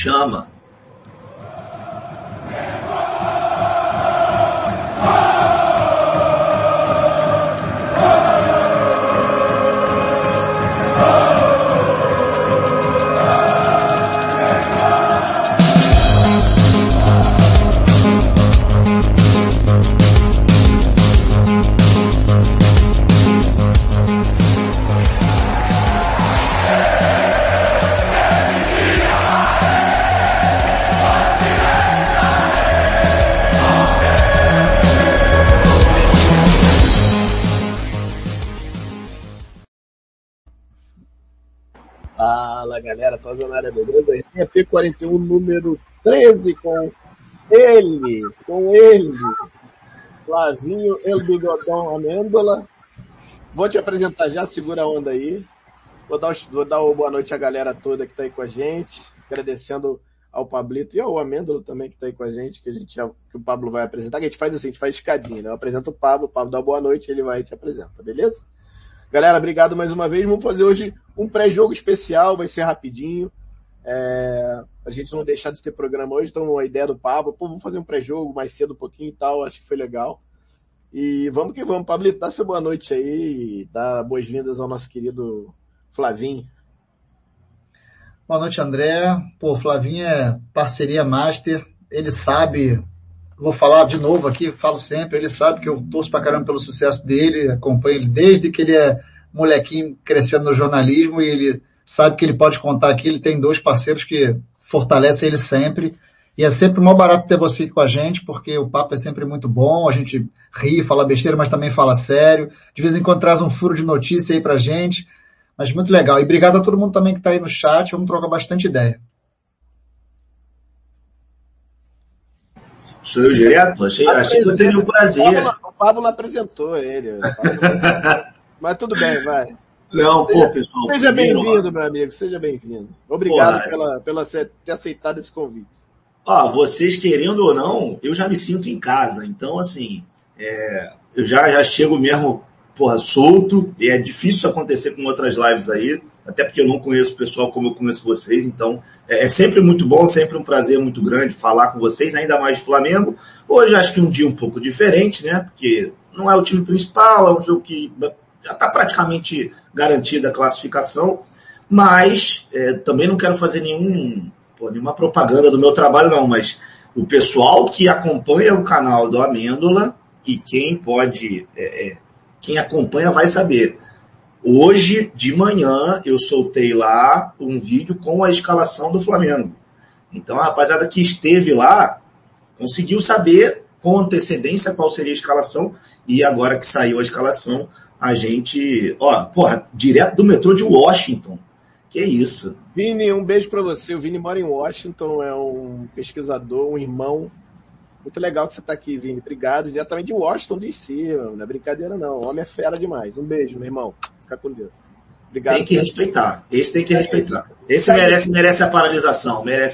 Chama. Fala galera, Tozonária, beleza? P41 número 13 com ele, Flavinho El Bigodão Amêndola. Vou te apresentar já, segura a onda aí. Vou dar uma boa noite à galera toda que tá aí com a gente, agradecendo ao Pablito e ao Amêndola também que tá aí com a gente, que o Pablo vai apresentar, que a gente faz assim, a gente faz escadinha, né? Eu apresento o Pablo dá boa noite, ele vai e te apresenta, beleza? Galera, obrigado mais uma vez. Vamos fazer hoje um pré-jogo especial, vai ser rapidinho. A gente não deixar de ter programa hoje, então a ideia do Pablo, vamos fazer um pré-jogo mais cedo um pouquinho e tal, acho que foi legal. E vamos que vamos. Pablito, dá sua boa noite aí e dá boas-vindas ao nosso querido Flavinho. Boa noite, André. Flavinho é parceria master, ele sabe... Vou falar de novo aqui, falo sempre, ele sabe que eu torço pra caramba pelo sucesso dele, acompanho ele desde que ele é molequinho crescendo no jornalismo e ele sabe que ele pode contar aqui, ele tem 2 parceiros que fortalecem ele sempre e é sempre mó barato ter você aqui com a gente, porque o papo é sempre muito bom, a gente ri, fala besteira, mas também fala sério, de vez em quando traz um furo de notícia aí pra gente, mas muito legal. E obrigado a todo mundo também que tá aí no chat, vamos trocar bastante ideia. Sou eu direto? Achei que eu teria um prazer. O Pablo apresentou ele. Mas tudo bem, vai. Não, pessoal. Seja bem-vindo, meu amigo, seja bem-vindo. Obrigado pela ter aceitado esse convite. Vocês querendo ou não, eu já me sinto em casa. Então, assim, eu já chego mesmo, solto. E é difícil acontecer com outras lives aí. Até porque eu não conheço o pessoal como eu conheço vocês, então é sempre muito bom, sempre um prazer muito grande falar com vocês, ainda mais de Flamengo. Hoje acho que um dia um pouco diferente, né? Porque não é o time principal, é um jogo que já está praticamente garantida a classificação, mas também não quero fazer nenhuma propaganda do meu trabalho não, mas o pessoal que acompanha o canal do Amêndola e quem acompanha vai saber. Hoje, de manhã, eu soltei lá um vídeo com a escalação do Flamengo. Então, a rapaziada que esteve lá conseguiu saber com antecedência qual seria a escalação. E agora que saiu a escalação, a gente... direto do metrô de Washington. Que isso. Vini, um beijo pra você. O Vini mora em Washington, é um pesquisador, um irmão. Muito legal que você tá aqui, Vini. Obrigado. Diretamente de Washington, D.C. Não é brincadeira, não. O homem é fera demais. Um beijo, meu irmão. Fica com Deus. Obrigado. Tem que respeitar. Esse tem que respeitar. Esse merece a paralisação. Merece,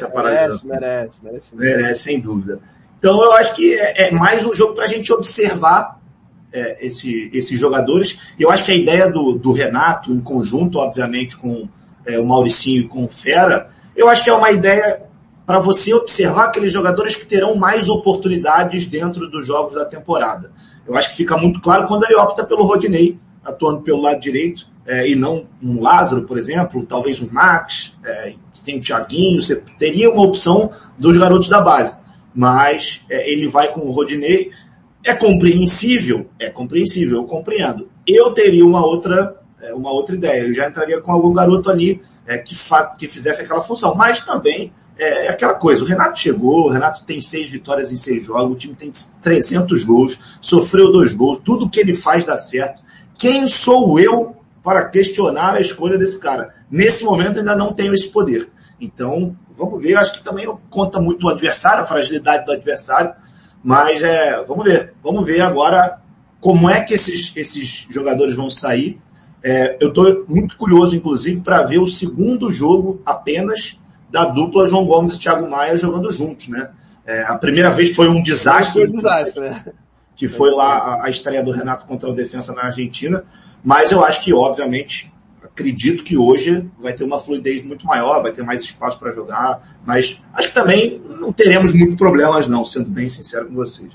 sem dúvida. Então, eu acho que é mais um jogo pra gente observar esses jogadores. Eu acho que a ideia do Renato, em conjunto, obviamente, com o Mauricinho e com o Fera, eu acho que é uma ideia para você observar aqueles jogadores que terão mais oportunidades dentro dos jogos da temporada. Eu acho que fica muito claro quando ele opta pelo Rodinei, atuando pelo lado direito, e não um Lázaro, por exemplo, talvez um Max, você tem o Thiaguinho, você teria uma opção dos garotos da base, mas ele vai com o Rodinei. É compreensível, eu compreendo. Eu teria uma outra ideia, eu já entraria com algum garoto ali que fizesse aquela função, mas também aquela coisa, o Renato chegou, o Renato tem 6 vitórias em 6 jogos, o time tem 300 gols, sofreu 2 gols, tudo que ele faz dá certo. Quem sou eu para questionar a escolha desse cara? Nesse momento ainda não tenho esse poder. Então, vamos ver, acho que também não conta muito o adversário, a fragilidade do adversário, mas vamos ver agora como é que esses jogadores vão sair. Eu estou muito curioso, inclusive, para ver o segundo jogo apenas da dupla João Gomes e Thiago Maia jogando juntos, né? A primeira vez foi um desastre. Né? Que foi lá a estreia do Renato contra o Defensa na Argentina, mas eu acho que, obviamente, acredito que hoje vai ter uma fluidez muito maior, vai ter mais espaço para jogar, mas acho que também não teremos muitos problemas não, sendo bem sincero com vocês.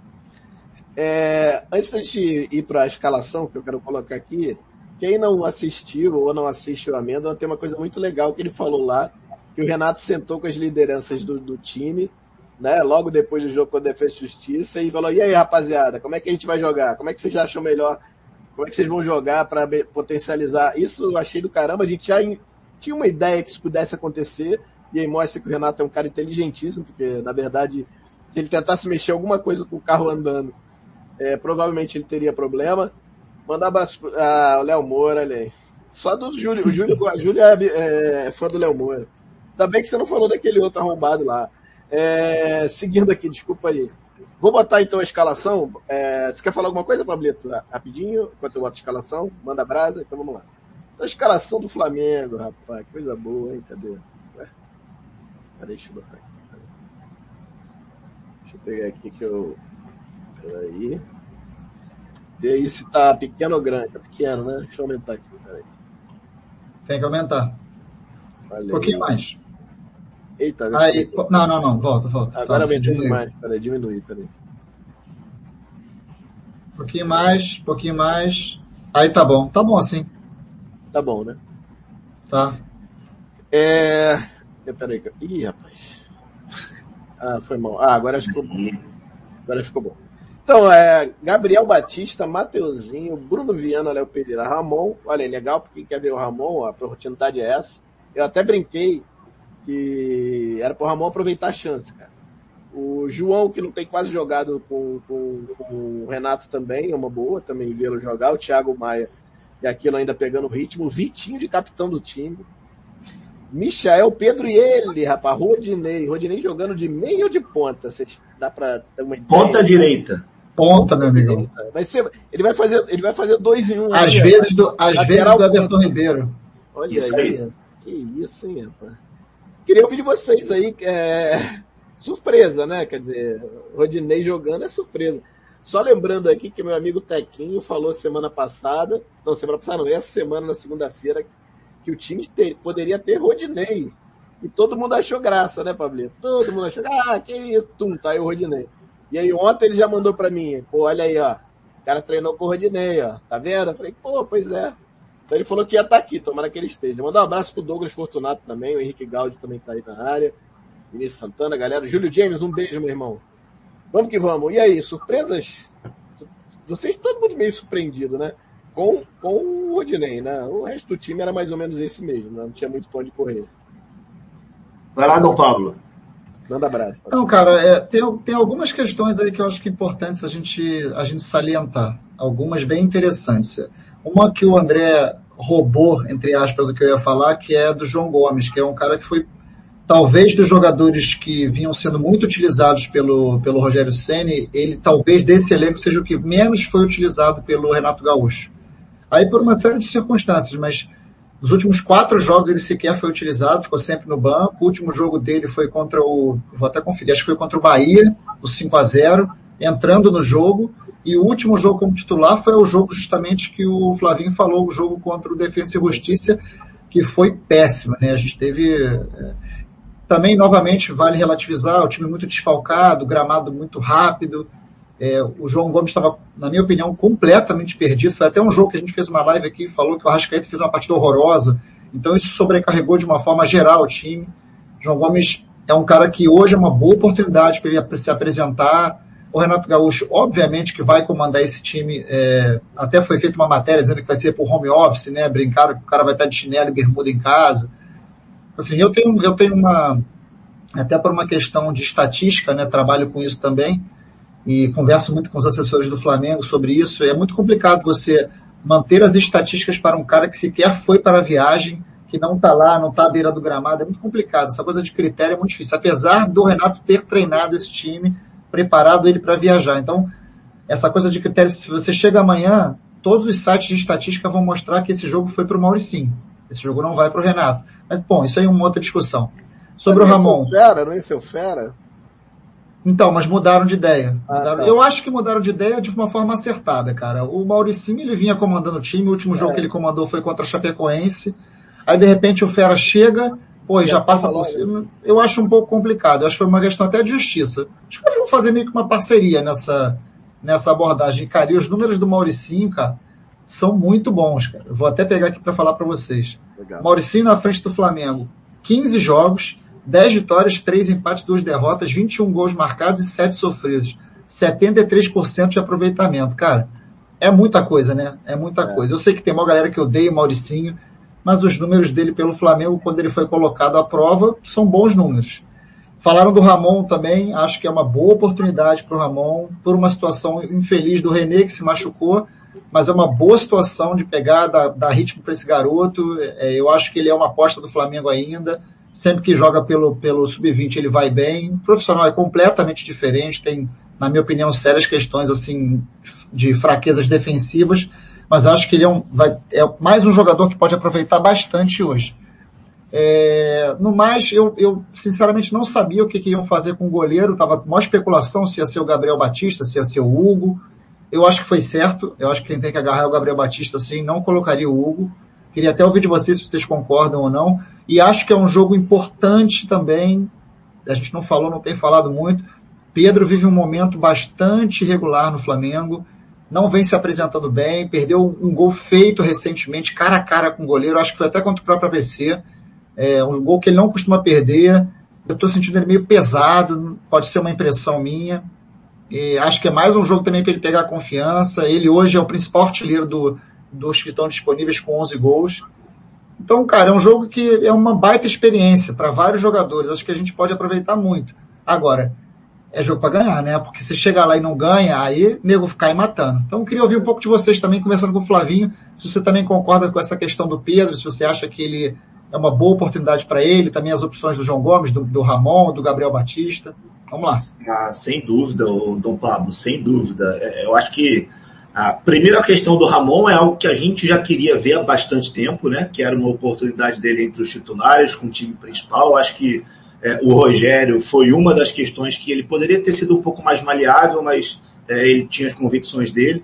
Antes da gente ir para a escalação, que eu quero colocar aqui, quem não assistiu ou não assiste o Amêndola, tem uma coisa muito legal que ele falou lá, que o Renato sentou com as lideranças do time, né, logo depois do jogo com a Defesa e Justiça, e falou, e aí, rapaziada, como é que a gente vai jogar? Como é que vocês acham melhor? Como é que vocês vão jogar para potencializar? Isso eu achei do caramba, a gente já tinha uma ideia que isso pudesse acontecer, e aí mostra que o Renato é um cara inteligentíssimo, porque, na verdade, se ele tentasse mexer alguma coisa com o carro andando, provavelmente ele teria problema. Mandar um abraço ao Léo Moura, olha aí. Só do Júlio. A Júlia é fã do Léo Moura. Ainda bem que você não falou daquele outro arrombado lá. Seguindo aqui, desculpa aí. Vou botar então a escalação. Você quer falar alguma coisa, Pablito? Rapidinho, enquanto eu boto a escalação. Manda brasa, então vamos lá. A escalação do Flamengo, rapaz. Coisa boa, hein? Cadê? Deixa eu botar aqui. Deixa eu pegar aqui que eu... Peraí. Vê aí se tá pequeno ou grande. É pequeno, né? Deixa eu aumentar aqui. Peraí. Tem que aumentar. Valeu. Um pouquinho mais. Eita, aí, não. Volta. Agora aumentou demais. Peraí, diminui. Um pouquinho mais. Aí tá bom. Tá bom assim. Tá bom, né? Tá. Peraí. Ih, rapaz. Foi mal. Agora ficou bom. Então, Gabriel Batista, Mateuzinho, Bruno Viana, Léo Pereira, Ramon. Olha, é legal, porque quer ver o Ramon, a oportunidade é essa. Eu até brinquei que era pro Ramon aproveitar a chance, cara. O João, que não tem quase jogado com o Renato também, é uma boa também vê-lo jogar. O Thiago Maia, e aquilo ainda pegando o ritmo. O Vitinho de capitão do time. Michael, Pedro e ele, rapaz. Rodinei jogando de meio ou de ponta? Dá pra ter uma ideia? Ponta direita. Ponta, meu amigo. Ele vai fazer 2 em 1. Às vezes do Everton Ribeiro. Olha isso aí. Que isso, hein, rapaz. Queria ouvir de vocês aí. Surpresa, né? Quer dizer, Rodinei jogando é surpresa. Só lembrando aqui que meu amigo Tequinho falou essa semana não, essa semana, na segunda-feira, que o time poderia ter Rodinei. E todo mundo achou graça, né, Pablito? Todo mundo achou, que isso, tá aí o Rodinei. E aí ontem ele já mandou pra mim, olha aí, ó, o cara treinou com o Rodinei, ó, tá vendo? Eu falei, pois é. Então ele falou que ia estar aqui, tomara que ele esteja. Mandar um abraço pro Douglas Fortunato também, o Henrique Gaudi também tá aí na área, Vinícius Santana, galera. Júlio James, um beijo, meu irmão. Vamos que vamos. E aí, surpresas? Vocês todo mundo meio surpreendido, né? Com o Rodinei, né? O resto do time era mais ou menos esse mesmo, né? Não tinha muito pão de correr. Vai lá, Dom Pablo. Manda abraço. Não, cara, tem algumas questões aí que eu acho que é importantes a gente salientar. Algumas bem interessantes. Uma que o André roubou, entre aspas, o que eu ia falar, que é do João Gomes, que é um cara que foi, talvez, dos jogadores que vinham sendo muito utilizados pelo Rogério Ceni, ele talvez desse elenco seja o que menos foi utilizado pelo Renato Gaúcho. Aí por uma série de circunstâncias, mas nos últimos 4 jogos ele sequer foi utilizado, ficou sempre no banco. O último jogo dele foi contra vou até conferir, acho que foi contra o Bahia, o 5-0, entrando no jogo. E o último jogo como titular foi o jogo justamente que o Flavinho falou, o jogo contra o Defensa e Justiça, que foi péssimo, né? A gente teve... Também, novamente, vale relativizar, o time muito desfalcado, gramado muito rápido. O João Gomes estava, na minha opinião, completamente perdido. Foi até um jogo que a gente fez uma live aqui e falou que o Arrascaeta fez uma partida horrorosa. Então isso sobrecarregou de uma forma geral o time. João Gomes é um cara que hoje é uma boa oportunidade para ele se apresentar. O Renato Gaúcho, obviamente, que vai comandar esse time. Até foi feita uma matéria dizendo que vai ser por home office, né? Brincaram que o cara vai estar de chinelo e bermuda em casa. Assim, eu tenho até por uma questão de estatística, né? Trabalho com isso também. E converso muito com os assessores do Flamengo sobre isso. É muito complicado você manter as estatísticas para um cara que sequer foi para a viagem, que não está lá, não está à beira do gramado. É muito complicado. Essa coisa de critério é muito difícil. Apesar do Renato ter treinado esse time, preparado ele para viajar. Então, essa coisa de critério, se você chega amanhã, todos os sites de estatística vão mostrar que esse jogo foi para o Mauricinho. Esse jogo não vai para o Renato. Mas, bom, isso aí é uma outra discussão. Sobre o Ramon. Não é seu fera? Então, mas mudaram de ideia. Tá. Eu acho que mudaram de ideia de uma forma acertada, cara. O Mauricinho, ele vinha comandando o time, o último jogo que ele comandou foi contra a Chapecoense. Aí, de repente, o Fera chega, e já passa por cima. Eu acho um pouco complicado. Eu acho que foi uma questão até de justiça. Acho que eles vão fazer meio que uma parceria nessa abordagem. Cara, e os números do Mauricinho, cara, são muito bons, cara. Eu vou até pegar aqui para falar para vocês. Legal. Mauricinho na frente do Flamengo, 15 jogos, 10 vitórias, 3 empates, 2 derrotas, 21 gols marcados e 7 sofridos. 73% de aproveitamento. Cara, é muita coisa, né? É muita coisa. Eu sei que tem uma galera que odeia o Mauricinho, mas os números dele pelo Flamengo, quando ele foi colocado à prova, são bons números. Falaram do Ramon também, acho que é uma boa oportunidade para o Ramon, por uma situação infeliz do René, que se machucou, mas é uma boa situação de pegar, dar ritmo para esse garoto. Eu acho que ele é uma aposta do Flamengo ainda. Sempre que joga pelo Sub-20 ele vai bem. O profissional é completamente diferente, tem, na minha opinião, sérias questões assim, de fraquezas defensivas, mas acho que ele é mais um jogador que pode aproveitar bastante hoje. No mais, eu sinceramente não sabia o que iam fazer com o goleiro, estava com maior especulação se ia ser o Gabriel Batista, se ia ser o Hugo. Eu acho que foi certo, eu acho que quem tem que agarrar é o Gabriel Batista, sim, não colocaria o Hugo. Queria até ouvir de vocês se vocês concordam ou não. E acho que é um jogo importante também, a gente não tem falado muito. Pedro vive um momento bastante irregular no Flamengo, não vem se apresentando bem, perdeu um gol feito recentemente, cara a cara com o goleiro, acho que foi até contra o próprio ABC, um gol que ele não costuma perder. Eu estou sentindo ele meio pesado, pode ser uma impressão minha. E acho que é mais um jogo também para ele pegar confiança. Ele hoje é o principal artilheiro dos que estão disponíveis com 11 gols. Então, cara, é um jogo que é uma baita experiência para vários jogadores. Acho que a gente pode aproveitar muito. Agora, é jogo para ganhar, né? Porque se chegar lá e não ganha, aí nego cai matando. Então, eu queria ouvir um pouco de vocês também, conversando com o Flavinho, se você também concorda com essa questão do Pedro, se você acha que ele é uma boa oportunidade para ele, também as opções do João Gomes, do Ramon, do Gabriel Batista. Vamos lá. Sem dúvida, Dom Pablo, sem dúvida. Eu acho que primeiro a questão do Ramon é algo que a gente já queria ver há bastante tempo, né? Que era uma oportunidade dele entre os titulares, com o time principal. Acho que o Rogério foi uma das questões que ele poderia ter sido um pouco mais maleável, mas ele tinha as convicções dele.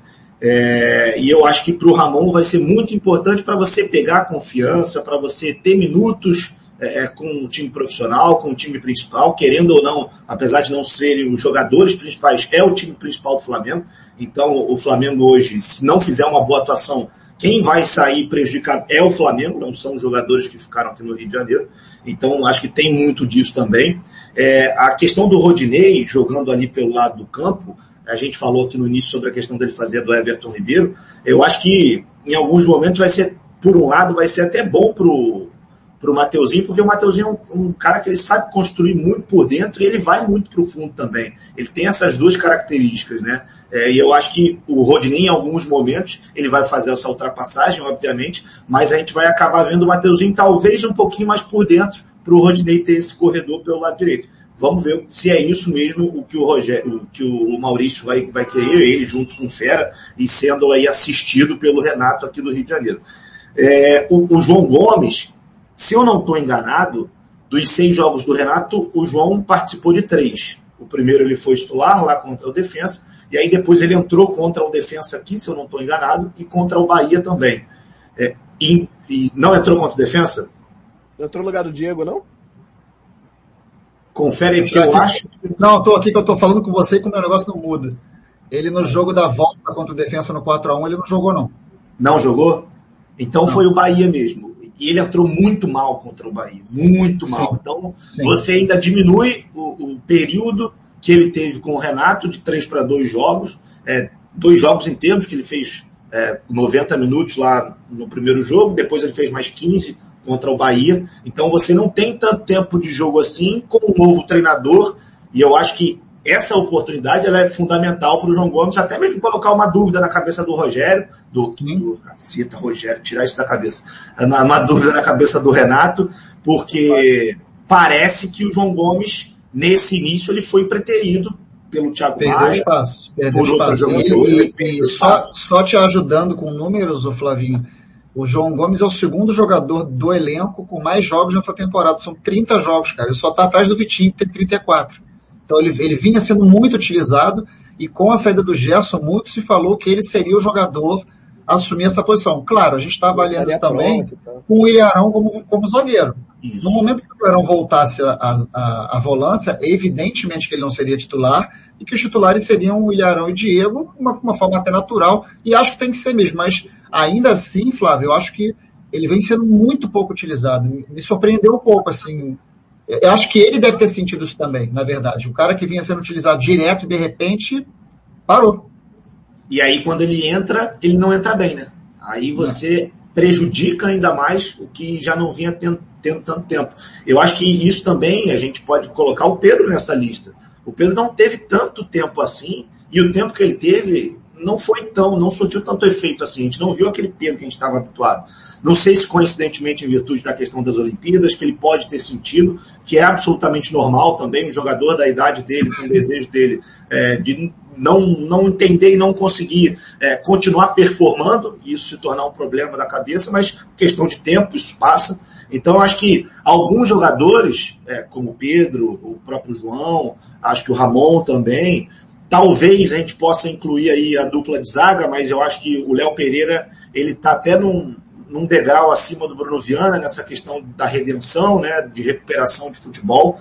E eu acho que para o Ramon vai ser muito importante para você pegar confiança, para você ter minutos com o time profissional, com o time principal, querendo ou não, apesar de não serem os jogadores principais, é o time principal do Flamengo. Então o Flamengo hoje, se não fizer uma boa atuação, quem vai sair prejudicado é o Flamengo, não são os jogadores que ficaram aqui no Rio de Janeiro. Então acho que tem muito disso também. A questão do Rodinei jogando ali pelo lado do campo, a gente falou aqui no início sobre a questão dele fazer do Everton Ribeiro. Eu acho que em alguns momentos vai ser, por um lado, vai ser até bom pro Mateuzinho, porque o Mateuzinho é um cara que ele sabe construir muito por dentro e ele vai muito pro fundo também. Ele tem essas duas características, né? E eu acho que o Rodinei, em alguns momentos, ele vai fazer essa ultrapassagem, obviamente, mas a gente vai acabar vendo o Mateuzinho talvez um pouquinho mais por dentro pro Rodinei ter esse corredor pelo lado direito. Vamos ver se é isso mesmo o que o Maurício vai querer, ele junto com o Fera, e sendo aí assistido pelo Renato aqui do Rio de Janeiro. O João Gomes, se eu não estou enganado, dos 6 jogos do Renato, o João participou de 3. O primeiro ele foi titular lá contra o Defensa, e aí depois ele entrou contra o Defensa aqui, se eu não estou enganado, e contra o Bahia também. E não entrou contra o Defensa? Entrou no lugar do Diego, não? Confere aí, porque eu acho... Não, estou aqui que eu estou falando com você e que o meu negócio não muda. Ele no jogo da volta contra o Defensa no 4-1, ele não jogou, não. Não jogou? Então não. Foi o Bahia mesmo. E ele entrou muito mal contra o Bahia. Muito mal. Sim. Então, sim. Você ainda diminui o período que ele teve com o Renato de 3 para 2 jogos. 2 jogos inteiros, que ele fez 90 minutos lá no primeiro jogo. Depois ele fez mais 15 contra o Bahia. Então você não tem tanto tempo de jogo assim com um novo treinador, e eu acho que essa oportunidade ela é fundamental para o João Gomes, até mesmo colocar uma dúvida na cabeça do Rogério, caceta, Rogério, tirar isso da cabeça, uma dúvida na cabeça do Renato, porque parece que o João Gomes, nesse início, ele foi preterido pelo Thiago Maia, perdeu espaço. E só te ajudando com números, ô Flavinho, o João Gomes é o segundo jogador do elenco com mais jogos nessa temporada. São 30 jogos, cara. Ele só está atrás do Vitinho, que tem 34. Então ele vinha sendo muito utilizado e com a saída do Gerson, muito se falou que ele seria o jogador a assumir essa posição. Claro, a gente está avaliando isso também com o Ilharão como zagueiro. Isso. No momento que o Ilharão voltasse à volância, evidentemente que ele não seria titular e que os titulares seriam o Ilharão e o Diego, uma forma até natural, e acho que tem que ser mesmo, mas ainda assim, Flávio, eu acho que ele vem sendo muito pouco utilizado. Me surpreendeu um pouco, assim. Eu acho que ele deve ter sentido isso também, na verdade. O cara que vinha sendo utilizado direto, de repente, parou. E aí, quando ele entra, ele não entra bem, né? Aí você prejudica ainda mais o que já não vinha tendo tanto tempo. Eu acho que isso também, a gente pode colocar o Pedro nessa lista. O Pedro não teve tanto tempo assim, e o tempo que ele teve não surtiu tanto efeito assim. A gente não viu aquele Pedro que a gente estava habituado. Não sei se coincidentemente em virtude da questão das Olimpíadas, que ele pode ter sentido, que é absolutamente normal também, um jogador da idade dele, com o desejo dele de não entender e não conseguir continuar performando, e isso se tornar um problema da cabeça, mas questão de tempo, isso passa. Então, eu acho que alguns jogadores, como o Pedro, o próprio João, acho que o Ramon também, talvez a gente possa incluir aí a dupla de zaga, mas eu acho que o Léo Pereira, ele está até num degrau acima do Bruno Viana, nessa questão da redenção, né, de recuperação de futebol.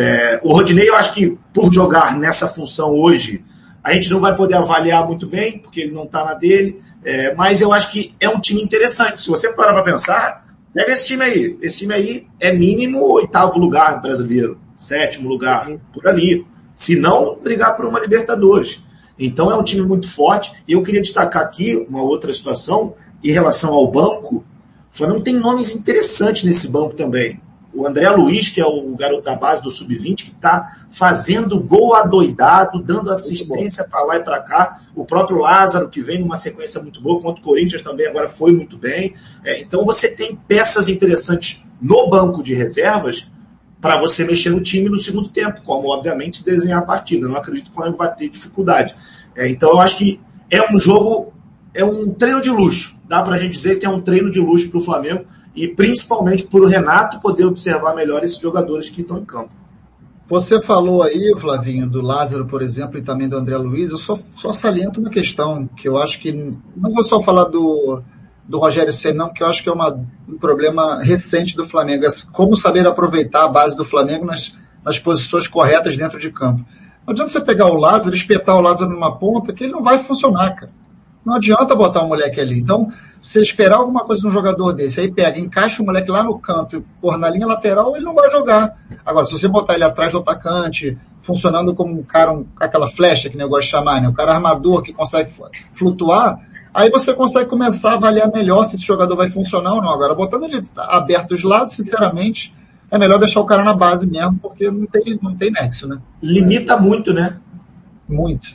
O Rodinei, eu acho que por jogar nessa função hoje, a gente não vai poder avaliar muito bem, porque ele não está na dele, mas eu acho que é um time interessante. Se você parar para pensar, pega esse time aí. Esse time aí é mínimo 8º lugar no brasileiro, 7º lugar, por ali. Se não, brigar por uma Libertadores. Então é um time muito forte. E eu queria destacar aqui uma outra situação em relação ao banco. O Flamengo tem nomes interessantes nesse banco também. O André Luiz, que é o garoto da base do Sub-20, que está fazendo gol adoidado, dando assistência para lá e para cá. O próprio Lázaro, que vem numa sequência muito boa, contra o Corinthians também agora foi muito bem. Então você tem peças interessantes no banco de reservas para você mexer no time no segundo tempo, como obviamente se desenhar a partida. Não acredito que o Flamengo vai ter dificuldade. Então eu acho que é um jogo, é um treino de luxo. Dá para a gente dizer que é um treino de luxo para o Flamengo, e principalmente por o Renato poder observar melhor esses jogadores que estão em campo. Você falou aí, Flavinho, do Lázaro, por exemplo, e também do André Luiz. Eu só saliento uma questão, que eu acho que, não vou só falar do Rogério Ceni, não, porque eu acho que é um problema recente do Flamengo, é como saber aproveitar a base do Flamengo nas posições corretas dentro de campo. Não adianta você pegar o Lázaro, espetar o Lázaro numa ponta, que ele não vai funcionar, cara. Não adianta botar um moleque ali. Então, você esperar alguma coisa de um jogador desse, aí pega, encaixa o moleque lá no canto e pôr na linha lateral, ele não vai jogar. Agora, se você botar ele atrás do atacante, funcionando como um cara, aquela flecha que eu gosto de chamar, né? O cara armador que consegue flutuar, aí você consegue começar a avaliar melhor se esse jogador vai funcionar ou não. Agora, botando ele aberto dos lados, sinceramente, é melhor deixar o cara na base mesmo, porque não tem nexo, né? Limita muito, né? Muito.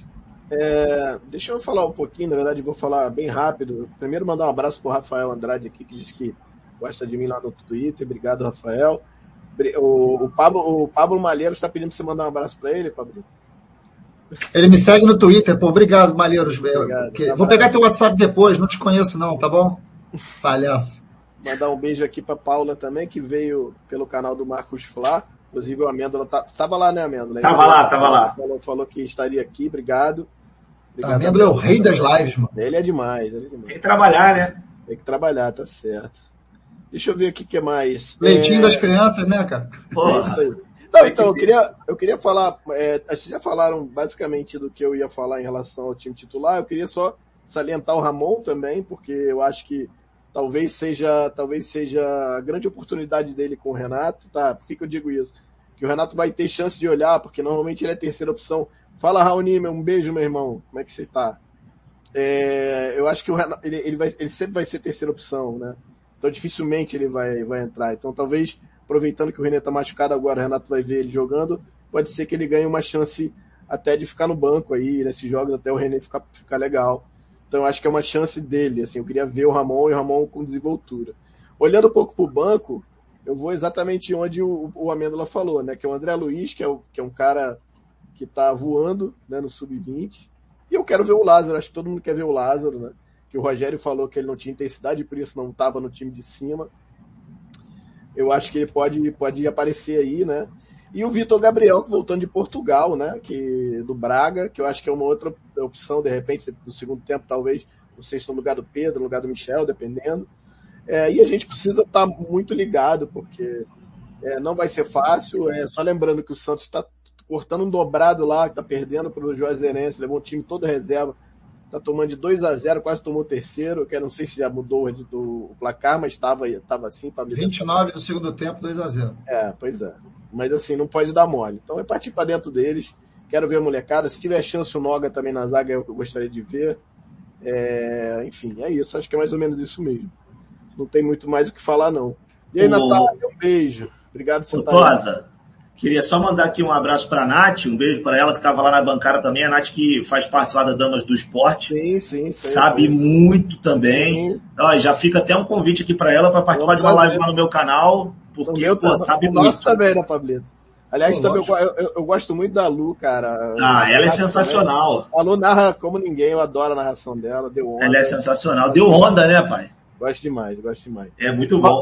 Deixa eu falar um pouquinho, na verdade vou falar bem rápido. Primeiro mandar um abraço pro Rafael Andrade aqui, que diz que gosta de mim lá no Twitter. Obrigado, Rafael. O Pablo Malheiros está pedindo para você mandar um abraço para ele, Pablo. Ele me segue no Twitter, pô, obrigado, Malheiros. Obrigado, vou pegar teu WhatsApp depois, não te conheço não, tá bom? Palhaço. Mandar um beijo aqui para Paula também, que veio pelo canal do Marcos Flá. Inclusive o Amêndola tava lá, né, Amêndola? Tava lá. Falou que estaria aqui, obrigado. Amêndola é o rei das lives, mano. Ele é demais. Tem que trabalhar, né? Tem que trabalhar, tá certo. Deixa eu ver aqui o que mais. Leitinho das crianças, né, cara? É isso aí. Não, então, eu queria falar, vocês já falaram basicamente do que eu ia falar em relação ao time titular. Eu queria só salientar o Ramon também, porque eu acho que talvez seja a grande oportunidade dele com o Renato, tá? Por que eu digo isso? Que o Renato vai ter chance de olhar, porque normalmente ele é a terceira opção. Fala, Raoni, um beijo, meu irmão. Como é que você tá? Eu acho que o Renato, ele sempre vai ser terceira opção, né? Então dificilmente ele vai entrar. Então talvez, aproveitando que o René tá machucado agora, o Renato vai ver ele jogando, pode ser que ele ganhe uma chance até de ficar no banco aí, nesses jogos, até o René ficar legal. Então eu acho que é uma chance dele, assim, eu queria ver o Ramon e o Ramon com desenvoltura. Olhando um pouco pro banco, eu vou exatamente onde o Amêndola falou, né, que é o André Luiz, que é um cara que tá voando, né, no Sub-20, e eu quero ver o Lázaro, acho que todo mundo quer ver o Lázaro, né, que o Rogério falou que ele não tinha intensidade, por isso não estava no time de cima. Eu acho que ele pode aparecer aí, né, E o Vitor Gabriel, voltando de Portugal, né? Do Braga, que eu acho que é uma outra opção, de repente, no segundo tempo, talvez, não sei se no lugar do Pedro, no lugar do Michel, dependendo. E a gente precisa estar muito ligado, porque não vai ser fácil. Só lembrando que o Santos está cortando um dobrado lá, que está perdendo para o Juazeirense, levou um time todo reserva, está tomando de 2-0, quase tomou o terceiro, que eu não sei se já mudou o placar, mas estava assim. 29 do segundo tempo, 2-0. Pois é. Mas assim, não pode dar mole. Então é partir para dentro deles. Quero ver a molecada. Se tiver chance o Noga também na zaga, é o que eu gostaria de ver. Enfim, é isso. Acho que é mais ou menos isso mesmo. Não tem muito mais o que falar, não. E aí, Natália, um beijo. Obrigado por você estar Tosa, queria só mandar aqui um abraço para a Nath, um beijo para ela que estava lá na bancada também. A Nath que faz parte lá da Damas do Esporte. Sim. Sabe muito também. Ó, já fica até um convite aqui para ela para participar de uma live lá no meu canal, porque sabe muito. Nossa, também, né, Pablito? Aliás, também eu gosto muito da Lu, cara. Ela é sensacional. A Lu narra como ninguém, eu adoro a narração dela. Deu onda. Ela é sensacional. Deu onda, né, pai? Gosto demais. É muito bom.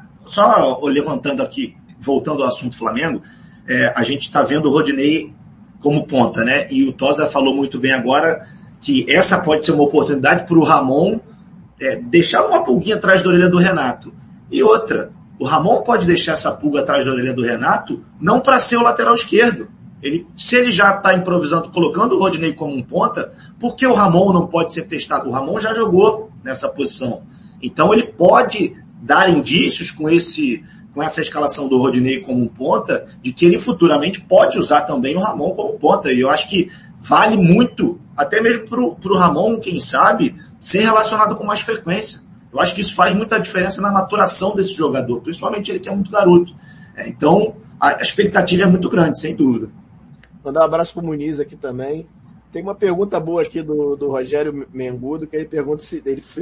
Só levantando aqui, voltando ao assunto Flamengo, a gente está vendo o Rodinei como ponta, né? E o Tosa falou muito bem agora que essa pode ser uma oportunidade para o Ramon deixar uma pulguinha atrás da orelha do Renato. E outra, o Ramon pode deixar essa pulga atrás da orelha do Renato não para ser o lateral esquerdo. Se ele já está improvisando, colocando o Rodinei como um ponta, por que o Ramon não pode ser testado? O Ramon já jogou nessa posição. Então ele pode dar indícios com essa escalação do Rodinei como um ponta, de que ele futuramente pode usar também o Ramon como ponta. E eu acho que vale muito, até mesmo para o Ramon, quem sabe, ser relacionado com mais frequência. Eu acho que isso faz muita diferença na maturação desse jogador, principalmente ele que é muito garoto. Então, a expectativa é muito grande, sem dúvida. Mandar um abraço pro Muniz aqui também. Tem uma pergunta boa aqui do Rogério Mengudo, que ele pergunta se...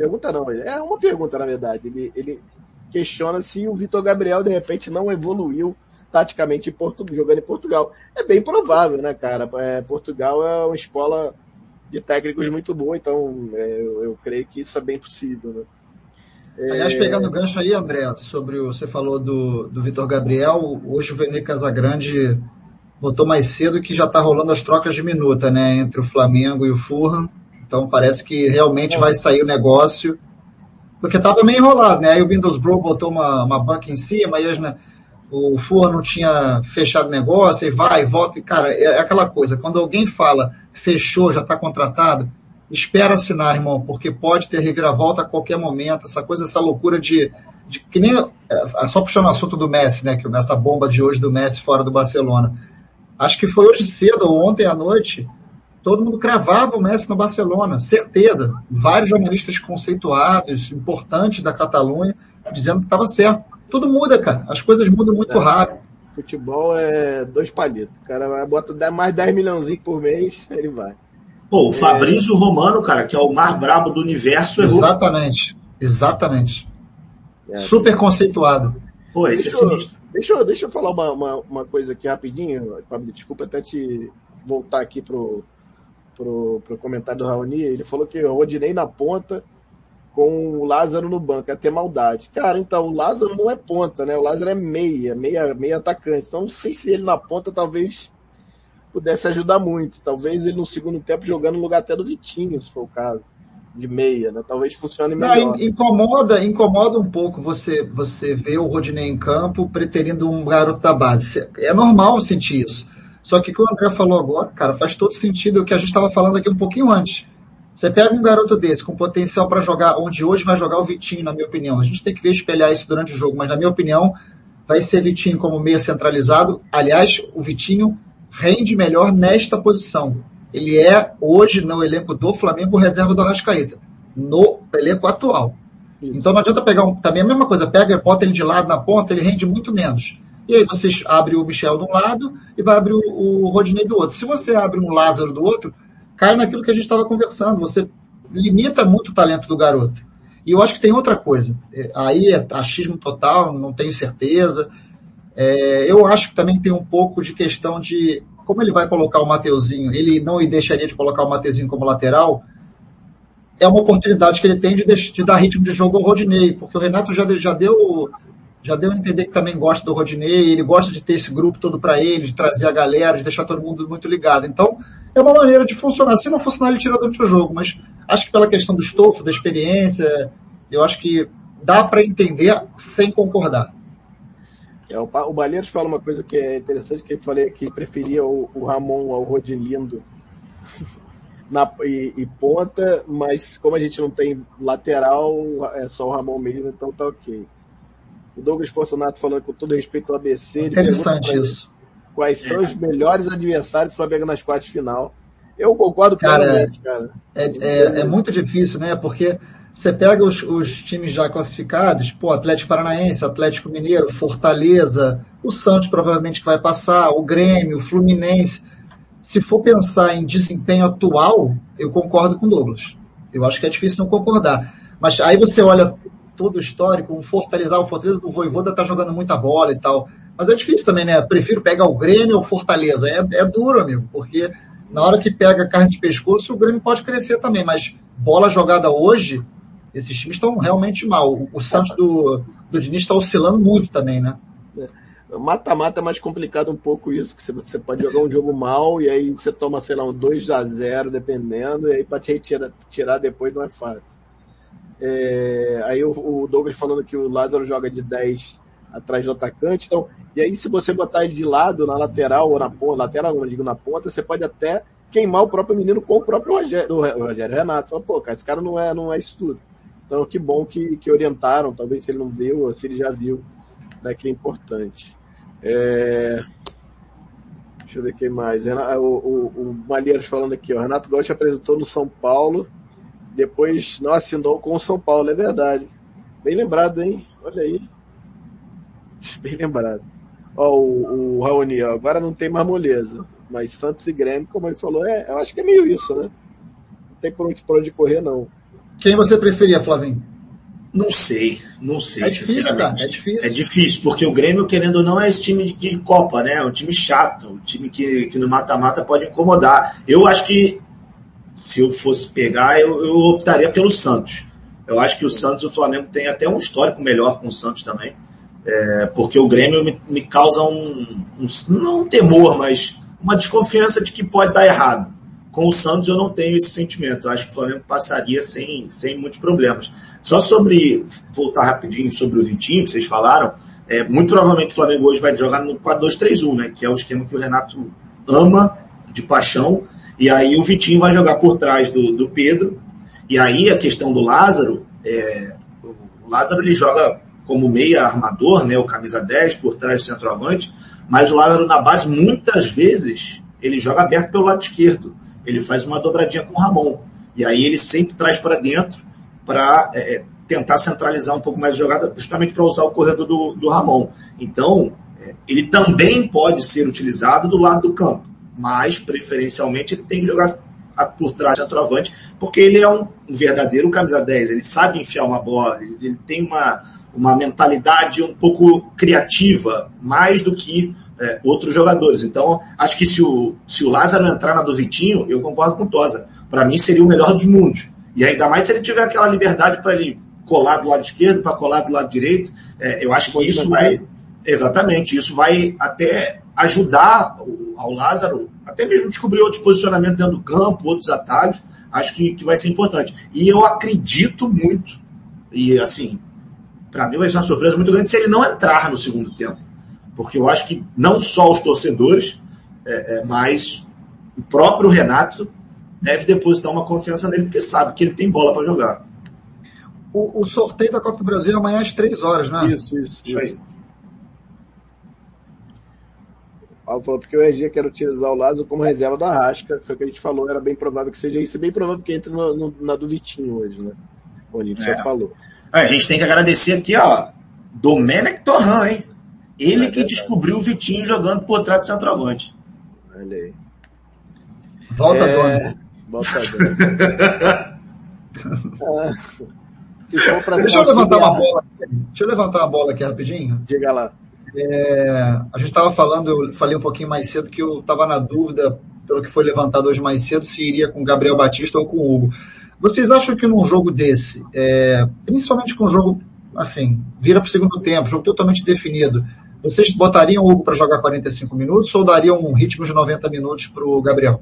É uma pergunta, na verdade. Ele questiona se o Vitor Gabriel, de repente, não evoluiu taticamente jogando em Portugal. É bem provável, né, cara? Portugal é uma escola de técnicos muito boa, então eu creio que isso é bem possível, né? Aliás, pegando o gancho aí, André, você falou do Vitor Gabriel, hoje o Vene Casagrande botou mais cedo que já está rolando as trocas de minuta, né, entre o Flamengo e o Fulham, então parece que realmente vai sair o negócio, porque estava meio enrolado, né, aí o Middlesbrough botou uma banca em cima, aí o Fulham não tinha fechado o negócio, e vai e volta, e cara, é aquela coisa, quando alguém fala, fechou, já está contratado, espera assinar, irmão, porque pode ter reviravolta a qualquer momento, essa loucura de que nem, só puxando o assunto do Messi, né, que essa bomba de hoje do Messi fora do Barcelona, acho que foi hoje cedo ou ontem à noite, todo mundo cravava o Messi no Barcelona, certeza, vários jornalistas conceituados, importantes da Catalunha, dizendo que estava certo. Tudo muda, cara, as coisas mudam muito rápido. Futebol é 2 palitos, o cara bota mais 10 milhãozinhos por mês, ele vai. Pô, o Fabrício Romano, cara, que é o mais brabo do universo. Exatamente. Super conceituado. Pô, esse é sinistro. Deixa eu falar uma coisa aqui rapidinho, Pablo, desculpa até te voltar aqui pro comentário do Raoni. Ele falou que o Rodinei na ponta com o Lázaro no banco, é ter maldade. Cara, então, o Lázaro não é ponta, né? O Lázaro é meia atacante. Então, não sei se ele na ponta talvez pudesse ajudar muito. Talvez ele no segundo tempo jogando no lugar até do Vitinho, se for o caso, de meia, né? Talvez funcione melhor. Incomoda um pouco você ver o Rodinei em campo preterindo um garoto da base. É normal sentir isso. Só que o que o André falou agora, cara, faz todo sentido o que a gente estava falando aqui um pouquinho antes. Você pega um garoto desse com potencial para jogar, onde hoje vai jogar o Vitinho, na minha opinião. A gente tem que ver espelhar isso durante o jogo, mas na minha opinião vai ser Vitinho como meia centralizado. Aliás, o Vitinho rende melhor nesta posição. Ele é, hoje, no elenco do Flamengo, reserva do Arrascaeta. No elenco atual. Então não adianta pegar também a mesma coisa. Pega e bota ele de lado na ponta, ele rende muito menos. E aí você abre o Michel de um lado e vai abrir o Rodinei do outro. Se você abre um Lázaro do outro, cai naquilo que a gente estava conversando. Você limita muito o talento do garoto. E eu acho que tem outra coisa. Aí é achismo total, não tenho certeza. Eu acho que também tem um pouco de questão de como ele vai colocar o Mateuzinho. Ele não deixaria de colocar o Mateuzinho como lateral. É uma oportunidade que ele tem de dar ritmo de jogo ao Rodinei, porque o Renato já deu já deu a entender que também gosta do Rodinei, ele gosta de ter esse grupo todo para ele, de trazer a galera, de deixar todo mundo muito ligado. Então, é uma maneira de funcionar. Se não funcionar, ele tira durante o jogo, mas acho que pela questão do estofo, da experiência, eu acho que dá para entender sem concordar. O Balheiros fala uma coisa que é interessante, que ele falei que preferia o Ramon ao Rodilindo e ponta, mas como a gente não tem lateral, é só o Ramon mesmo, então tá ok. O Douglas Fortunato falando com todo respeito ao ABC. Interessante isso. Quais são os melhores adversários do Flamengo nas quartas de final? Eu concordo plenamente, cara. É muito difícil, né? Porque você pega os times já classificados, Atlético Paranaense, Atlético Mineiro, Fortaleza, o Santos provavelmente que vai passar, o Grêmio, o Fluminense. Se for pensar em desempenho atual, eu concordo com o Douglas. Eu acho que é difícil não concordar. Mas aí você olha todo o histórico, o Fortaleza do Vojvoda tá jogando muita bola e tal. Mas é difícil também, né? Prefiro pegar o Grêmio ou Fortaleza. É duro, amigo, porque na hora que pega carne de pescoço, o Grêmio pode crescer também, mas bola jogada hoje, esses times estão realmente mal. O Santos do Diniz está oscilando muito também, né? Mata-mata é mais complicado um pouco isso, que você pode jogar um jogo mal e aí você toma, sei lá, um 2-0 dependendo, e aí para te tirar depois não é fácil. Aí o Douglas falando que o Lázaro joga de 10 atrás do atacante, então, e aí se você botar ele de lado, na lateral ou na ponta, lateral não, digo na ponta, você pode até queimar o próprio menino com o próprio Rogério Renato. Fala, pô, cara, esse cara não é isso tudo. Então, que bom que orientaram, talvez se ele não viu, ou se ele já viu, né, que é importante. Deixa eu ver quem mais. O Malheiros falando aqui, ó, Renato Gaúcho apresentou no São Paulo, depois não assinou com o São Paulo, é verdade. Bem lembrado, hein? Olha aí. Bem lembrado. Ó, o Raoni, ó, agora não tem mais moleza, mas Santos e Grêmio, como ele falou, eu acho que é meio isso, né? Não tem por onde correr, não. Quem você preferia, Flavinho? Não sei. É difícil, cara. É difícil, porque o Grêmio, querendo ou não, é esse time de Copa, né? É um time chato, um time que no mata-mata pode incomodar. Eu acho que, se eu fosse pegar, eu optaria pelo Santos. Eu acho que o Santos e o Flamengo tem até um histórico melhor com o Santos também. Porque o Grêmio me causa não um temor, mas uma desconfiança de que pode dar errado. Com o Santos eu não tenho esse sentimento. Eu acho que o Flamengo passaria sem muitos problemas. Só voltar rapidinho sobre o Vitinho, que vocês falaram, muito provavelmente o Flamengo hoje vai jogar no 4-2-3-1, né? Que é o esquema que o Renato ama, de paixão, e aí o Vitinho vai jogar por trás do Pedro, e aí a questão do Lázaro, o Lázaro ele joga como meia armador, né? O camisa 10 por trás do centroavante, mas o Lázaro na base muitas vezes ele joga aberto pelo lado esquerdo. Ele faz uma dobradinha com o Ramon. E aí ele sempre traz para dentro para tentar centralizar um pouco mais a jogada, justamente para usar o corredor do Ramon. Então, ele também pode ser utilizado do lado do campo, mas preferencialmente ele tem que jogar por trás do centroavante, porque ele é um verdadeiro camisa 10. Ele sabe enfiar uma bola, ele tem uma mentalidade um pouco criativa, mais do que outros jogadores. Então, acho que se o Lázaro entrar na do Vitinho, eu concordo com o Tosa. Para mim, seria o melhor dos mundos. E ainda mais se ele tiver aquela liberdade para ele colar do lado esquerdo, para colar do lado direito. Eu acho que isso vai... Exatamente. Isso vai até ajudar ao Lázaro, até mesmo descobrir outros posicionamentos dentro do campo, outros atalhos. Acho que vai ser importante. E eu acredito muito, e assim, para mim vai ser uma surpresa muito grande se ele não entrar no segundo tempo. Porque eu acho que não só os torcedores, mas o próprio Renato deve depositar uma confiança nele, porque sabe que ele tem bola para jogar. O sorteio da Copa do Brasil é amanhã às 3h, né? Isso aí. Falou porque o RG quer utilizar o Lázaro como reserva do Arrasca, foi o que a gente falou, era bem provável que seja isso, e bem provável que entre na do Vitinho hoje, né? O Nito já falou. A gente tem que agradecer aqui, ó, Domenech Torran, hein? Ele que descobriu o Vitinho jogando por trás do centroavante. Olha aí. Volta, Dona. Volta, Dona. Se for pra Deixa eu levantar uma bola aqui rapidinho. Diga lá. A gente estava falando, eu falei um pouquinho mais cedo que eu estava na dúvida, pelo que foi levantado hoje mais cedo, se iria com Gabriel Batista ou com o Hugo. Vocês acham que num jogo desse, principalmente com um jogo assim, vira para o segundo tempo, jogo totalmente definido, vocês botariam o Hugo para jogar 45 minutos ou dariam um ritmo de 90 minutos para o Gabriel?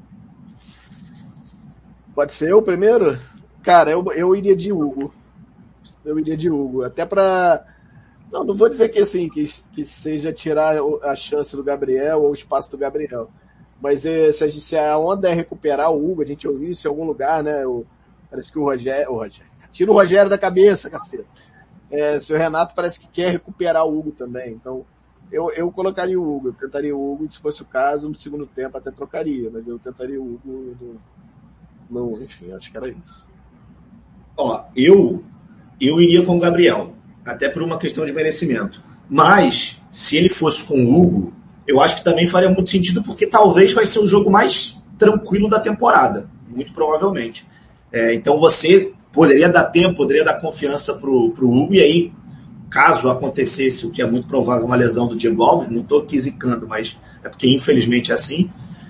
Pode ser eu primeiro? Cara, eu iria de Hugo. Eu iria de Hugo. Até para... Não vou dizer que assim, que seja tirar a chance do Gabriel ou o espaço do Gabriel. Mas se a onda é recuperar o Hugo, a gente ouviu isso em algum lugar, né? Parece que o Rogério... Tira o Rogério da cabeça, caceta. Se o Renato parece que quer recuperar o Hugo também. Então, eu colocaria o Hugo. Eu tentaria o Hugo, se fosse o caso, no segundo tempo até trocaria. Mas eu tentaria o Hugo... Não, enfim, acho que era isso. Ó, eu iria com o Gabriel, até por uma questão de merecimento. Mas, se ele fosse com o Hugo, eu acho que também faria muito sentido, porque talvez vai ser o jogo mais tranquilo da temporada, muito provavelmente. Então você poderia dar tempo, poderia dar confiança pro Hugo, e aí, caso acontecesse, o que é muito provável, uma lesão do Diego Alves, não estou aqui zicando, mas é porque infelizmente é assim,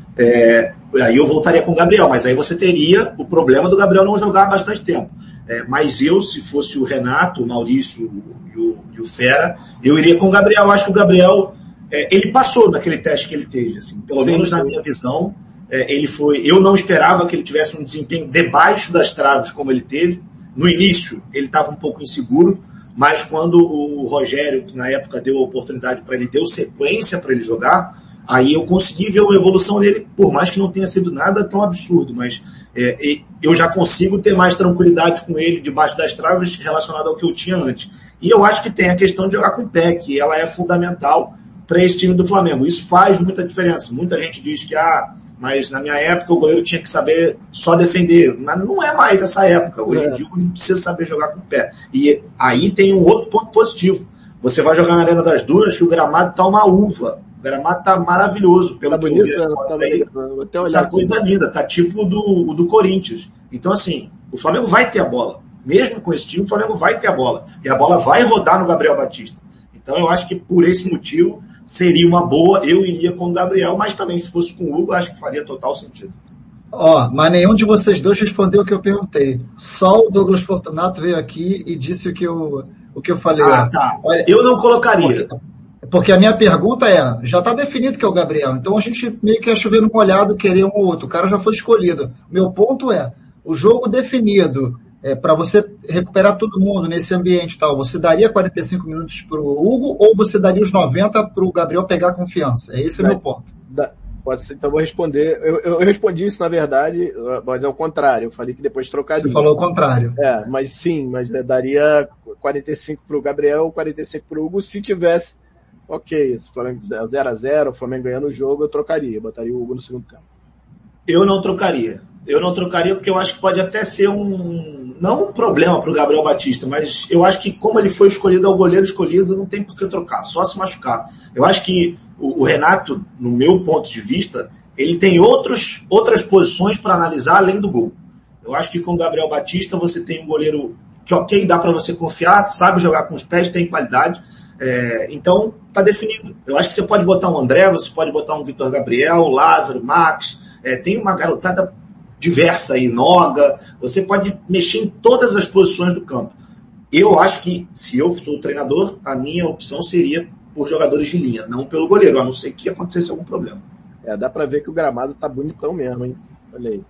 aí eu voltaria com o Gabriel, mas aí você teria o problema do Gabriel não jogar há bastante tempo. Mas eu, se fosse o Renato, o Maurício e o Fera, eu iria com o Gabriel. Eu acho que o Gabriel, ele passou naquele teste que ele teve, assim, pelo menos na minha visão. Ele foi. Eu não esperava que ele tivesse um desempenho debaixo das traves como ele teve. No início, ele estava um pouco inseguro, mas quando o Rogério, que na época deu a oportunidade para ele, deu sequência para ele jogar, aí eu consegui ver a evolução dele, por mais que não tenha sido nada tão absurdo, mas eu já consigo ter mais tranquilidade com ele debaixo das traves relacionado ao que eu tinha antes. E eu acho que tem a questão de jogar com o pé, que ela é fundamental para esse time do Flamengo. Isso faz muita diferença. Muita gente diz que, mas na minha época o goleiro tinha que saber só defender. Mas não é mais essa época. Hoje em dia o goleiro precisa saber jogar com o pé. E aí tem um outro ponto positivo. Você vai jogar na Arena das Dunas, que o gramado tá uma uva. O gramado tá maravilhoso. Pelo que bonito, eu vi, tá coisa linda. Tá tipo o do Corinthians. Então, assim, o Flamengo vai ter a bola. Mesmo com esse time, o Flamengo vai ter a bola. E a bola vai rodar no Gabriel Batista. Então, eu acho que por esse motivo seria uma boa. Eu iria com o Gabriel, mas também se fosse com o Hugo, acho que faria total sentido. Mas nenhum de vocês dois respondeu o que eu perguntei. Só o Douglas Fortunato veio aqui e disse o que eu falei. Tá. Eu não colocaria. Porque a minha pergunta já está definido que é o Gabriel, então a gente meio que é chover no molhado querer um ou outro, o cara já foi escolhido. Meu ponto o jogo definido, para você recuperar todo mundo nesse ambiente tal, você daria 45 minutos para o Hugo ou você daria os 90 para o Gabriel pegar confiança? Esse é o meu ponto. Pode ser, então vou responder. Eu respondi isso, na verdade, mas é o contrário. Eu falei que depois trocaria. Você falou o contrário. Mas sim, mas daria 45 para o Gabriel, 45 para o Hugo, se tivesse ok, se o Flamengo 0-0, o Flamengo ganhando o jogo, eu trocaria, botaria o Hugo no segundo tempo. Eu não trocaria porque eu acho que pode até ser não um problema para o Gabriel Batista, mas eu acho que como ele foi escolhido, é o goleiro escolhido, não tem por que trocar, só se machucar. Eu acho que o Renato, no meu ponto de vista, ele tem outras posições para analisar além do gol. Eu acho que com o Gabriel Batista você tem um goleiro que dá para você confiar, sabe jogar com os pés, tem qualidade. Então tá definido. Eu acho que você pode botar um André, você pode botar um Vitor Gabriel, Lázaro, Max, tem uma garotada diversa aí, Noga, você pode mexer em todas as posições do campo. Eu acho que, se eu sou o treinador, a minha opção seria por jogadores de linha, não pelo goleiro, a não ser que acontecesse algum problema. Dá pra ver que o gramado tá bonitão mesmo, hein? Olha aí.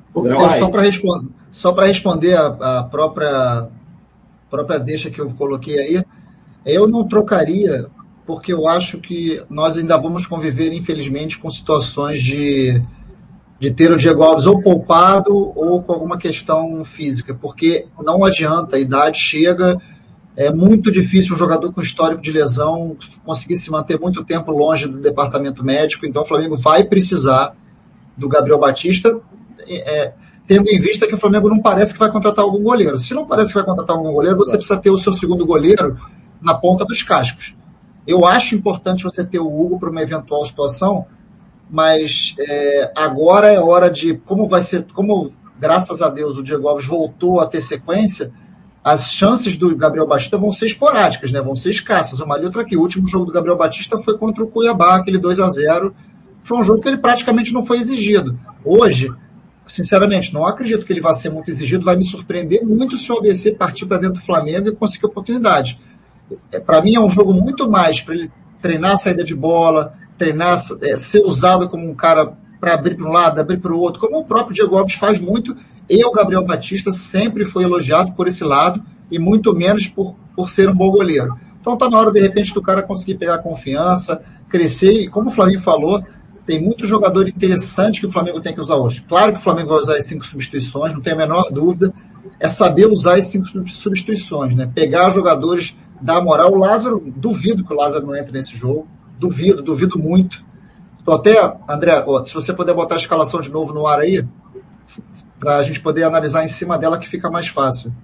Só para responder a própria deixa que eu coloquei aí, eu não trocaria, porque eu acho que nós ainda vamos conviver, infelizmente, com situações de ter o Diego Alves ou poupado ou com alguma questão física, porque não adianta, a idade chega, é muito difícil um jogador com histórico de lesão conseguir se manter muito tempo longe do departamento médico, então o Flamengo vai precisar do Gabriel Batista, tendo em vista que o Flamengo não parece que vai contratar algum goleiro. Se não parece que vai contratar algum goleiro, você precisa ter o seu segundo goleiro na ponta dos cascos. Eu acho importante você ter o Hugo para uma eventual situação, mas agora é hora de, como graças a Deus o Diego Alves voltou a ter sequência, as chances do Gabriel Batista vão ser esporádicas, né? Vão ser escassas. Uma ali, outra aqui. O último jogo do Gabriel Batista foi contra o Cuiabá, aquele 2-0. Foi um jogo que ele praticamente não foi exigido. Hoje, sinceramente, não acredito que ele vá ser muito exigido, vai me surpreender muito se o ABC partir para dentro do Flamengo e conseguir oportunidade. Para mim é um jogo muito mais para ele treinar a saída de bola, treinar, ser usado como um cara para abrir para um lado, abrir para o outro, como o próprio Diego Alves faz muito, e o Gabriel Batista sempre foi elogiado por esse lado, e muito menos por ser um bom goleiro. Então está na hora, de repente, do cara conseguir pegar confiança, crescer, e como o Flavinho falou, tem muito jogador interessante que o Flamengo tem que usar hoje. Claro que o Flamengo vai usar as 5 substituições, não tem a menor dúvida, é saber usar as 5 substituições, né? Pegar jogadores, dar moral. O Lázaro, duvido que o Lázaro não entre nesse jogo, duvido muito. Então até, André, se você puder botar a escalação de novo no ar aí, para a gente poder analisar em cima dela, que fica mais fácil.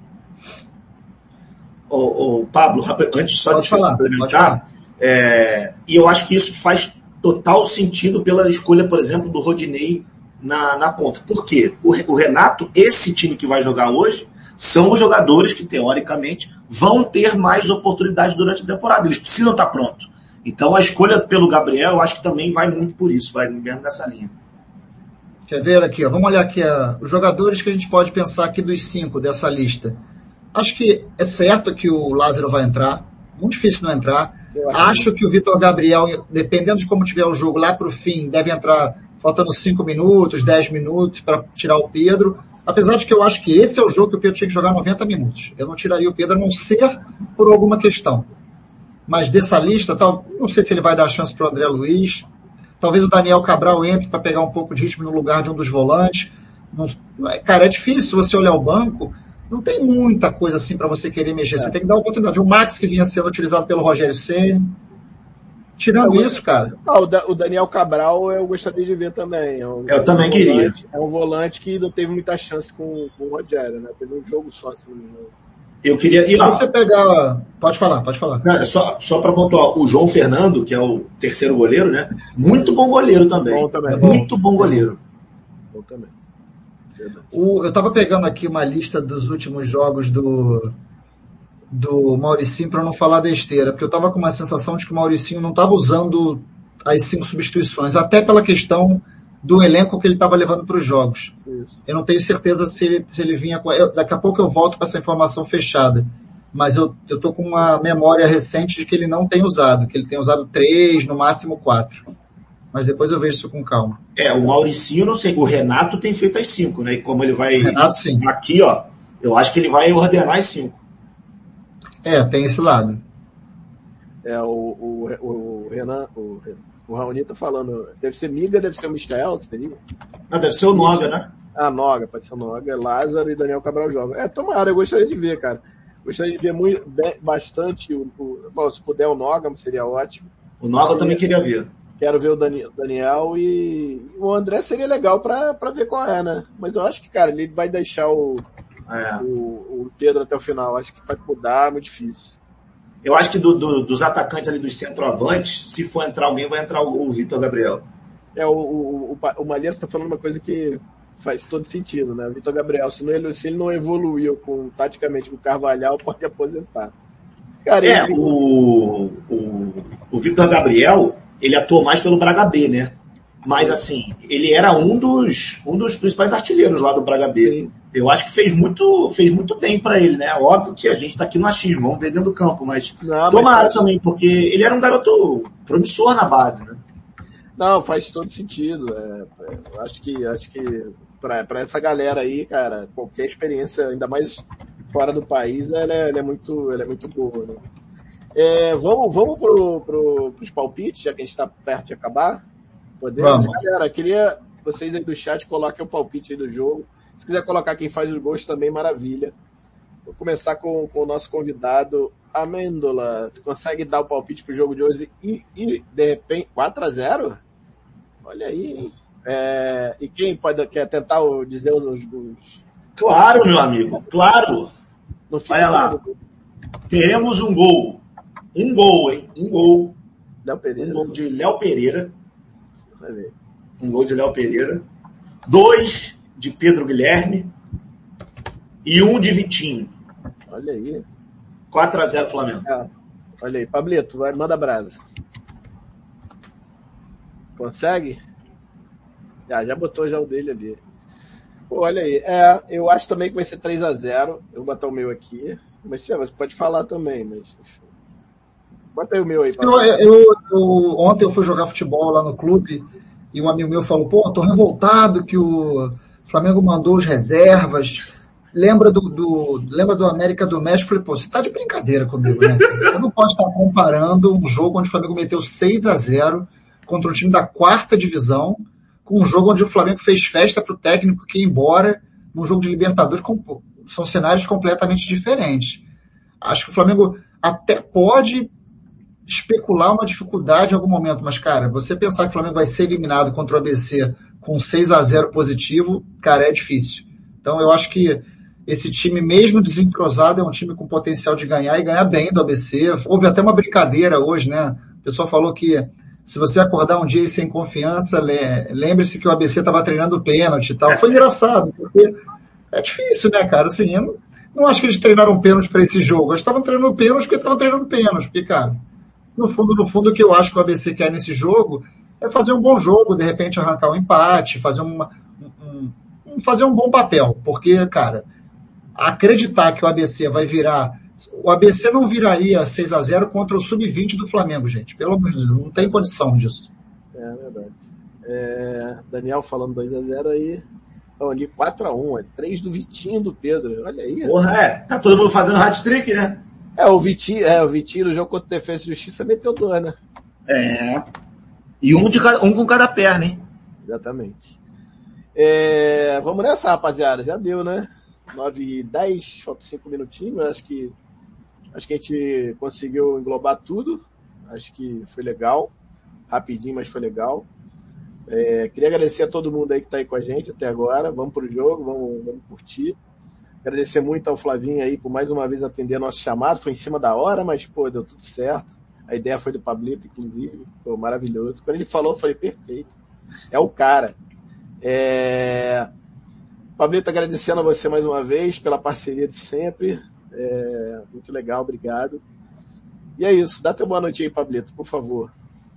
Pablo, antes só de complementar, e eu acho que isso faz total sentido pela escolha, por exemplo, do Rodinei na ponta. Por quê? O Renato, esse time que vai jogar hoje, são os jogadores que, teoricamente, vão ter mais oportunidades durante a temporada. Eles precisam estar prontos. Então, a escolha pelo Gabriel, eu acho que também vai muito por isso, vai mesmo nessa linha. Quer ver aqui? Ó, vamos olhar aqui os jogadores que a gente pode pensar aqui dos 5 dessa lista. Acho que é certo que o Lázaro vai entrar. Muito difícil não entrar. Acho que o Vitor Gabriel, dependendo de como tiver o jogo lá para o fim, deve entrar faltando 5 minutos, 10 minutos para tirar o Pedro. Apesar de que eu acho que esse é o jogo que o Pedro tinha que jogar 90 minutos. Eu não tiraria o Pedro, a não ser por alguma questão. Mas dessa lista, não sei se ele vai dar chance para o André Luiz. Talvez o Daniel Cabral entre para pegar um pouco de ritmo no lugar de um dos volantes. Cara, é difícil você olhar o banco. Não tem muita coisa assim para você querer mexer. Você tem que dar uma oportunidade. O Max, que vinha sendo utilizado pelo Rogério Ceni. Tirando isso, cara. O Daniel Cabral eu gostaria de ver também. Eu também queria. É um volante que não teve muita chance com o Rogério, né? Teve um jogo só. Eu queria. Se você pegar. Pode falar. Não, só para pontuar, o João Fernando, que é o terceiro goleiro, né? Muito bom goleiro também. Muito bom goleiro. Bom também. Eu estava pegando aqui uma lista dos últimos jogos do Mauricinho para não falar besteira, porque eu estava com uma sensação de que o Mauricinho não estava usando as 5 substituições, até pela questão do elenco que ele estava levando para os jogos. Isso. Eu não tenho certeza se ele vinha com... Daqui a pouco eu volto com essa informação fechada, mas eu estou com uma memória recente de que ele não tem usado, que ele tem usado 3, no máximo 4. Mas depois eu vejo isso com calma. O Mauricinho, não sei. O Renato tem feito as 5, né? E como ele vai... Renato, sim. Aqui, ó, eu acho que ele vai ordenar as 5. Tem esse lado. O Renan... O Raoni tá falando... Deve ser Miga, deve ser o Michael, seria? Não, deve ser o Noga, né? Noga, pode ser o Noga. Lázaro e Daniel Cabral jogam. Tomara, eu gostaria de ver, cara. Gostaria de ver bastante... Bom, se puder o Noga, seria ótimo. O Noga eu também queria ver. Quero ver o Daniel e o André seria legal pra ver qual é, né? Mas eu acho que, cara, ele vai deixar o Pedro até o final. Acho que vai mudar, muito difícil. Eu acho que dos atacantes ali, dos centroavantes, se for entrar alguém, vai entrar o Vitor Gabriel. O Malheiro tá falando uma coisa que faz todo sentido, né? O Vitor Gabriel, se ele não evoluiu taticamente com o Carvalhal, pode aposentar. Cara, o Vitor Gabriel, ele atuou mais pelo Braga B, né? Mas, assim, ele era um dos principais artilheiros lá do Braga B. Sim. Eu acho que fez muito bem para ele, né? Óbvio que a gente tá aqui no achismo, vamos ver dentro do campo, mas tomara também, porque ele era um garoto promissor na base, né? Não, faz todo sentido. Acho que para essa galera aí, cara, qualquer experiência, ainda mais fora do país, ela é muito boa, né? Vamos pros palpites, já que a gente tá perto de acabar? Podemos? Vamos. Galera, queria vocês aí do chat coloquem o palpite aí do jogo. Se quiser colocar quem faz os gols também, maravilha. Vou começar com o nosso convidado, Amêndola. Você consegue dar o palpite pro jogo de hoje e de repente, 4-0? Olha aí, hein? E quem quer tentar dizer os gols? Claro, meu amigo, claro. Olha lá. Teremos um gol. Um gol, hein? Um gol. Léo Pereira. Um gol de Léo Pereira. Vai ver. Um gol de Léo Pereira. 2 de Pedro Guilherme. E 1 de Vitinho. Olha aí. 4-0 Flamengo. Olha aí. Pablito, manda brasa. Consegue? Já botou já o dele ali. Pô, olha aí. Eu acho também que vai ser 3-0. Eu vou botar o meu aqui. Mas você pode falar também, mas. Bota aí o meu aí. Ontem eu fui jogar futebol lá no clube e um amigo meu falou, pô, tô revoltado que o Flamengo mandou os reservas. Lembra do América do México? Eu falei, pô, você tá de brincadeira comigo, né? Você não pode estar comparando um jogo onde o Flamengo meteu 6-0 contra um time da 4ª divisão com um jogo onde o Flamengo fez festa pro técnico que ia embora num jogo de Libertadores. São cenários completamente diferentes. Acho que o Flamengo até pode especular uma dificuldade em algum momento, mas, cara, você pensar que o Flamengo vai ser eliminado contra o ABC com 6-0 positivo, cara, é difícil. Então, eu acho que esse time, mesmo desentrosado, é um time com potencial de ganhar e ganhar bem do ABC. Houve até uma brincadeira hoje, né? O pessoal falou que se você acordar um dia sem confiança, lembre-se que o ABC estava treinando pênalti e tal. Foi engraçado, porque é difícil, né, cara? Assim, eu não acho que eles treinaram pênalti para esse jogo. Eles estavam treinando pênalti porque estavam treinando pênalti. Porque, cara, no fundo, o que eu acho que o ABC quer nesse jogo é fazer um bom jogo, de repente arrancar um empate, fazer um bom papel. Porque, cara, acreditar que o ABC vai virar... O ABC não viraria 6-0 contra o Sub-20 do Flamengo, gente. Pelo amor de Deus, não tem condição disso. É verdade. Daniel falando 2-0 aí. Ali 4-1, 3 do Vitinho e do Pedro. Olha aí. Porra, tá todo mundo fazendo hat-trick, né? O Vitinho no jogo contra o Defesa e Justiça meteu 2, né? E um com cada perna, hein? Exatamente. Vamos nessa, rapaziada. Já deu, né? 9h10, falta 5 minutinhos. Acho que a gente conseguiu englobar tudo. Acho que foi legal. Rapidinho, mas foi legal. Queria agradecer a todo mundo aí que está aí com a gente até agora. Vamos pro jogo, vamos curtir. Agradecer muito ao Flavinho aí por mais uma vez atender nosso chamado. Foi em cima da hora, mas, pô, deu tudo certo. A ideia foi do Pablito, inclusive. Pô, maravilhoso. Quando ele falou, eu falei, perfeito. É o cara. Pablito, agradecendo a você mais uma vez pela parceria de sempre. Muito legal, obrigado. E é isso. Dá teu boa noite aí, Pablito, por favor.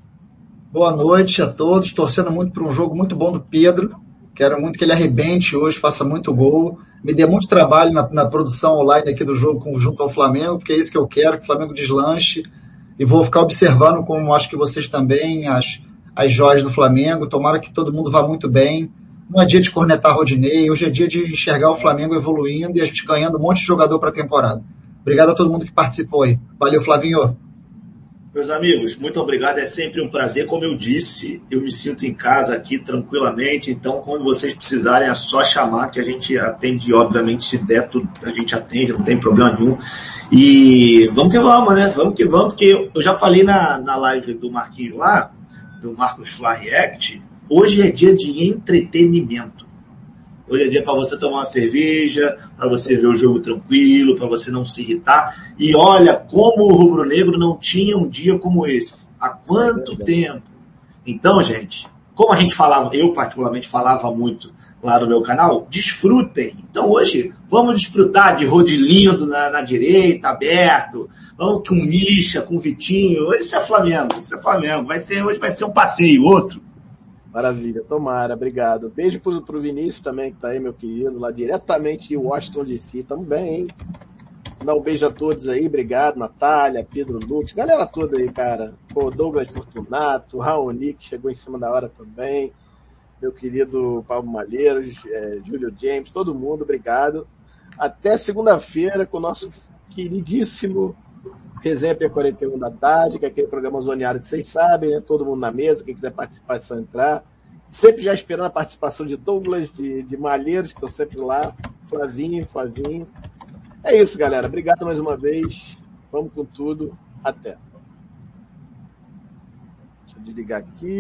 Boa noite a todos. Torcendo muito para um jogo muito bom do Pedro. Quero muito que ele arrebente hoje, faça muito gol. Me dê muito trabalho na produção online aqui do jogo junto ao Flamengo, porque é isso que eu quero, que o Flamengo deslanche. E vou ficar observando, como acho que vocês também, as joias do Flamengo. Tomara que todo mundo vá muito bem. Não é dia de cornetar Rodinei, hoje é dia de enxergar o Flamengo evoluindo e a gente ganhando um monte de jogador para a temporada. Obrigado a todo mundo que participou aí. Valeu, Flavinho. Meus amigos, muito obrigado, é sempre um prazer. Como eu disse, eu me sinto em casa aqui tranquilamente, então quando vocês precisarem é só chamar que a gente atende, obviamente, se der tudo, a gente atende, não tem problema nenhum. E vamos que vamos, né? Vamos que vamos, porque eu já falei na live do Marquinhos lá, do Marcos Fla React, hoje é dia de entretenimento. Hoje é dia para você tomar uma cerveja, para você ver o jogo tranquilo, para você não se irritar. E olha como o rubro-negro não tinha um dia como esse. Há quanto tempo? Então, gente, como a gente falava, eu particularmente falava muito lá no meu canal, desfrutem. Então hoje, vamos desfrutar de Rodilindo na direita, aberto. Vamos com Misha, com Vitinho. Isso é Flamengo, isso é Flamengo. Hoje vai ser um passeio, outro. Maravilha, tomara, obrigado. Beijo pro Vinícius também, que tá aí, meu querido, lá diretamente de Washington DC, tamo bem, hein? Dá um beijo a todos aí, obrigado, Natália, Pedro Lux, galera toda aí, cara. Pô, Douglas Fortunato, Raoni, que chegou em cima da hora também, meu querido Pablo Malheiros, Júlio James, todo mundo, obrigado. Até segunda-feira com o nosso queridíssimo Resenha P41 da tarde, que é aquele programa zoneado que vocês sabem, né? Todo mundo na mesa, quem quiser participar é só entrar. Sempre já esperando a participação de Douglas, de Malheiros, que estão sempre lá, Flavinho. É isso, galera. Obrigado mais uma vez. Vamos com tudo. Até. Deixa eu desligar aqui.